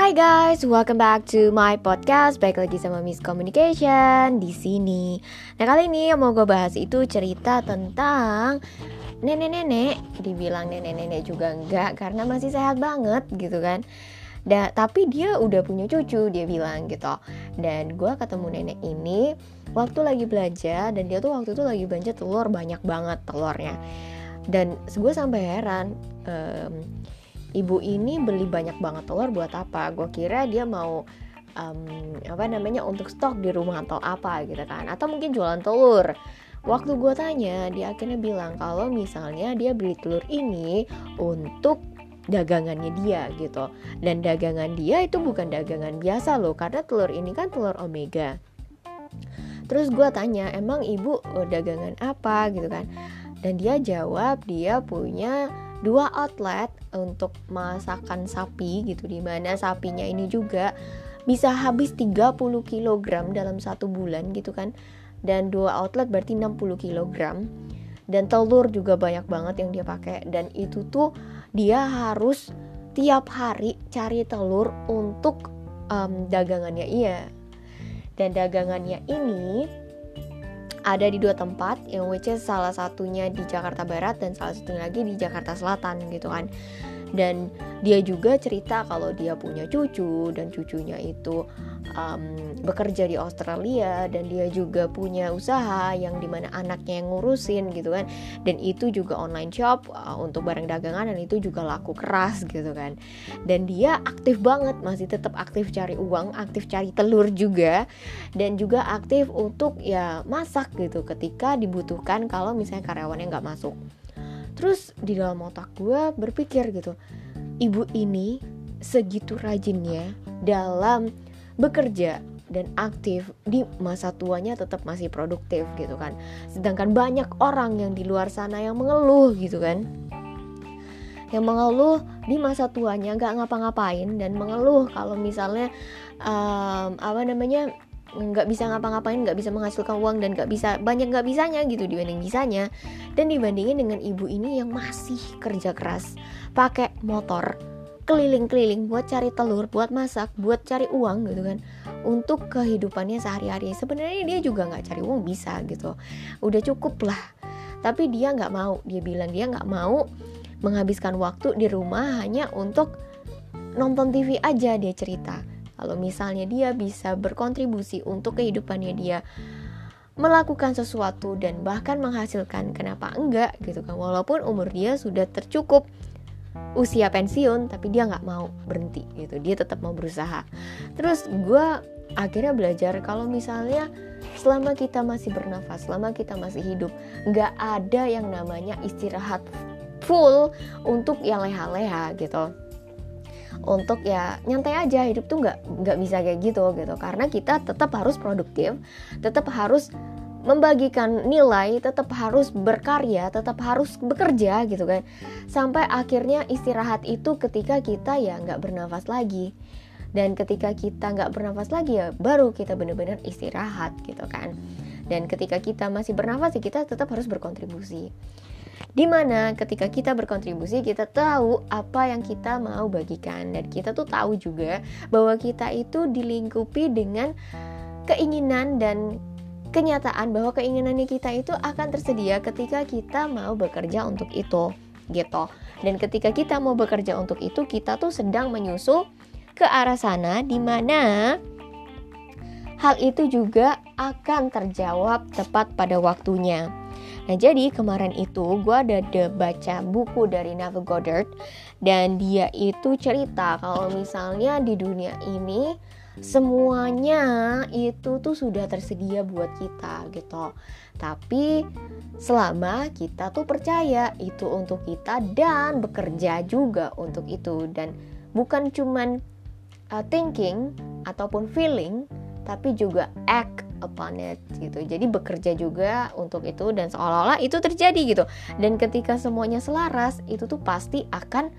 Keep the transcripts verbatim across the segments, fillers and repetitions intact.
Hai guys, welcome back to my podcast. Baik lagi sama Miss Communication di sini. Nah kali ini yang mau gue bahas itu cerita tentang nenek-nenek. Dibilang nenek-nenek juga enggak, karena masih sehat banget gitu kan. Da, tapi dia udah punya cucu, dia bilang gitu. Dan gue ketemu nenek ini waktu lagi belanja, dan dia tuh waktu itu lagi belanja telur, banyak banget telurnya. Dan gue sampai heran, um, ibu ini beli banyak banget telur buat apa? Gue kira dia mau um, apa namanya untuk stok di rumah atau apa gitu kan, atau mungkin jualan telur. Waktu gue tanya, dia akhirnya bilang kalau misalnya dia beli telur ini untuk dagangannya dia gitu. Dan dagangan dia itu bukan dagangan biasa loh, karena telur ini kan telur omega. Terus gue tanya, emang ibu oh, dagangan apa gitu kan? Dan dia jawab dia punya dua outlet untuk masakan sapi gitu, dimana sapinya ini juga bisa habis tiga puluh kilogram dalam satu bulan gitu kan. Dan dua outlet berarti enam puluh kilogram. Dan telur juga banyak banget yang dia pakai. Dan itu tuh dia harus tiap hari cari telur untuk um, dagangannya iya. Dan dagangannya ini ada di dua tempat, yang which is salah satunya di Jakarta Barat dan salah satunya lagi di Jakarta Selatan gitu kan. Dan dia juga cerita kalau dia punya cucu, dan cucunya itu um, bekerja di Australia, dan dia juga punya usaha yang dimana anaknya yang ngurusin gitu kan. Dan itu juga online shop uh, untuk barang dagangan, dan itu juga laku keras gitu kan. Dan dia aktif banget, masih tetap aktif cari uang, aktif cari telur juga, dan juga aktif untuk ya masak gitu ketika dibutuhkan kalau misalnya karyawannya nggak masuk. Terus di dalam otak gue berpikir gitu, ibu ini segitu rajinnya dalam bekerja dan aktif di masa tuanya tetap masih produktif gitu kan. Sedangkan banyak orang yang di luar sana yang mengeluh gitu kan, yang mengeluh di masa tuanya gak ngapa-ngapain, dan mengeluh kalau misalnya um, apa namanya nggak bisa ngapa-ngapain, nggak bisa menghasilkan uang, dan nggak bisa banyak nggak bisanya gitu dibanding bisanya. Dan dibandingin dengan ibu ini yang masih kerja keras, pakai motor keliling-keliling buat cari telur, buat masak, buat cari uang gitu kan, untuk kehidupannya sehari-hari. Sebenarnya dia juga nggak cari uang bisa gitu, udah cukup lah. Tapi dia nggak mau, dia bilang dia nggak mau menghabiskan waktu di rumah hanya untuk nonton T V aja. Dia cerita kalau misalnya dia bisa berkontribusi untuk kehidupannya dia, melakukan sesuatu dan bahkan menghasilkan, kenapa enggak gitu kan. Walaupun umur dia sudah tercukup usia pensiun, tapi dia gak mau berhenti gitu, dia tetap mau berusaha. Terus gue akhirnya belajar kalau misalnya selama kita masih bernafas, selama kita masih hidup, gak ada yang namanya istirahat full untuk ya leha-leha gitu, untuk ya nyantai aja. Hidup tuh nggak nggak bisa kayak gitu gitu, karena kita tetap harus produktif, tetap harus membagikan nilai, tetap harus berkarya, tetap harus bekerja gitu kan, sampai akhirnya istirahat itu ketika kita ya nggak bernafas lagi. Dan ketika kita nggak bernafas lagi ya baru kita benar-benar istirahat gitu kan. Dan ketika kita masih bernafas ya kita tetap harus berkontribusi. Dimana ketika kita berkontribusi, kita tahu apa yang kita mau bagikan, dan kita tuh tahu juga bahwa kita itu dilingkupi dengan keinginan dan kenyataan bahwa keinginannya kita itu akan tersedia ketika kita mau bekerja untuk itu gitu. Dan ketika kita mau bekerja untuk itu, kita tuh sedang menyusul ke arah sana, dimana hal itu juga akan terjawab tepat pada waktunya. Nah jadi kemarin itu gue ada de- baca buku dari Neville Goddard, dan dia itu cerita kalau misalnya di dunia ini semuanya itu tuh sudah tersedia buat kita gitu. Tapi selama kita tuh percaya itu untuk kita dan bekerja juga untuk itu, dan bukan cuman uh, thinking ataupun feeling, tapi juga act upon it gitu. Jadi bekerja juga untuk itu, dan seolah-olah itu terjadi gitu. Dan ketika semuanya selaras, itu tuh pasti akan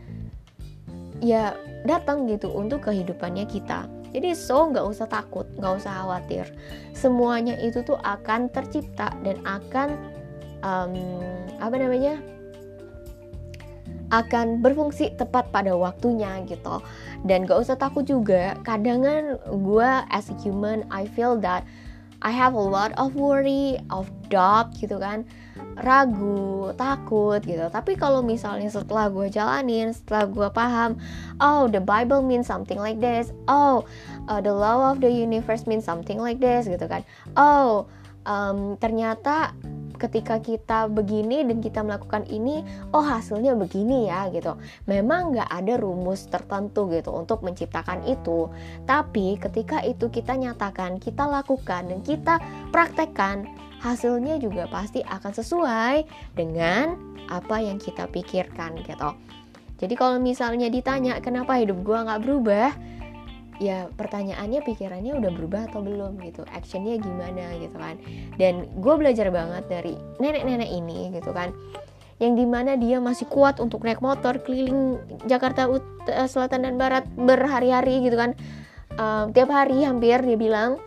ya datang gitu untuk kehidupannya kita. Jadi so nggak usah takut, nggak usah khawatir. Semuanya itu tuh akan tercipta dan akan um, apa namanya akan berfungsi tepat pada waktunya gitu. Dan gak usah takut juga, kadang kan gue as a human I feel that I have a lot of worry, of doubt gitu kan, ragu, takut gitu. Tapi kalau misalnya setelah gue jalanin, setelah gue paham, oh the Bible means something like this, oh uh, the law of the universe means something like this gitu kan, oh um, ternyata ketika kita begini dan kita melakukan ini, oh hasilnya begini ya gitu. Memang gak ada rumus tertentu gitu untuk menciptakan itu. Tapi ketika itu kita nyatakan, kita lakukan dan kita praktekkan, hasilnya juga pasti akan sesuai dengan apa yang kita pikirkan gitu. Jadi kalau misalnya ditanya kenapa hidup gue gak berubah, ya pertanyaannya pikirannya udah berubah atau belum gitu, actionnya gimana gitu kan. Dan gue belajar banget dari nenek-nenek ini gitu kan, yang dimana dia masih kuat untuk naik motor keliling Jakarta Ut- Selatan dan Barat berhari-hari gitu kan, uh, tiap hari hampir dia bilang,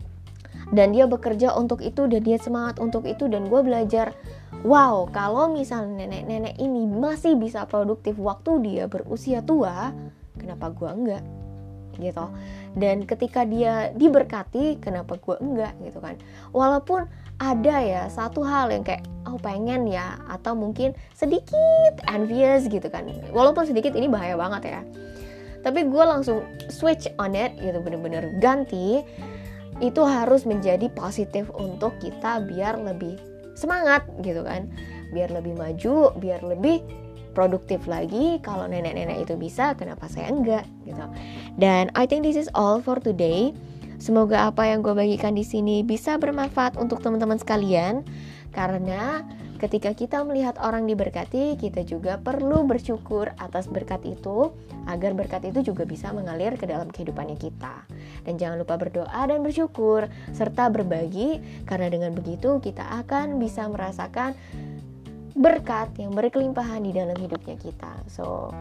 dan dia bekerja untuk itu dan dia semangat untuk itu. Dan gue belajar, wow, kalau misalnya nenek-nenek ini masih bisa produktif waktu dia berusia tua, kenapa gue enggak gitu. Dan ketika dia diberkati, kenapa gue enggak gitu kan. Walaupun ada ya satu hal yang kayak oh pengen ya, atau mungkin sedikit envious gitu kan, walaupun sedikit ini bahaya banget ya, tapi gue langsung switch on it gitu, bener-bener ganti. Itu harus menjadi positif untuk kita biar lebih semangat gitu kan, biar lebih maju, biar lebih produktif lagi. Kalau nenek-nenek itu bisa, kenapa saya enggak gitu. Dan I think this is all for today. Semoga apa yang gue bagikan di sini bisa bermanfaat untuk teman-teman sekalian. Karena ketika kita melihat orang diberkati, kita juga perlu bersyukur atas berkat itu, agar berkat itu juga bisa mengalir ke dalam kehidupannya kita. Dan jangan lupa berdoa dan bersyukur serta berbagi, karena dengan begitu kita akan bisa merasakan berkat yang berkelimpahan di dalam hidupnya kita. So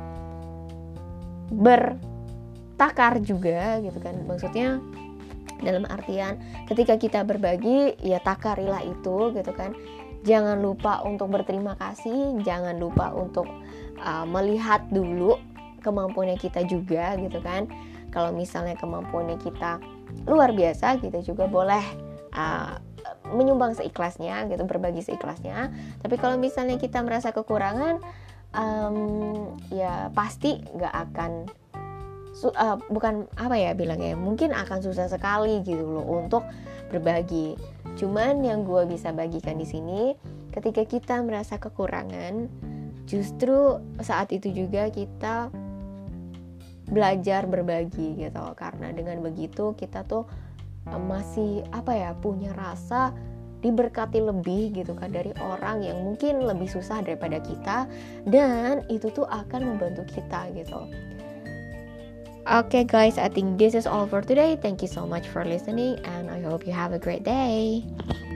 bertakar juga gitu kan, maksudnya dalam artian ketika kita berbagi, ya takarilah itu gitu kan. Jangan lupa untuk berterima kasih, jangan lupa untuk uh, melihat dulu kemampuannya kita juga gitu kan. Kalau misalnya kemampuannya kita luar biasa, kita juga boleh uh, menyumbang seikhlasnya gitu, berbagi seikhlasnya. Tapi kalau misalnya kita merasa kekurangan, um, ya pasti gak akan su- uh, bukan apa ya bilangnya, mungkin akan susah sekali gitu loh untuk berbagi. Cuman yang gue bisa bagikan di sini, ketika kita merasa kekurangan, justru saat itu juga kita belajar berbagi gitu. Karena dengan begitu kita tuh masih apa ya, punya rasa diberkati lebih gitu kan dari orang yang mungkin lebih susah daripada kita, dan itu tuh akan membantu kita gitu. Okay guys, I think this is all for today. Thank you so much for listening and I hope you have a great day.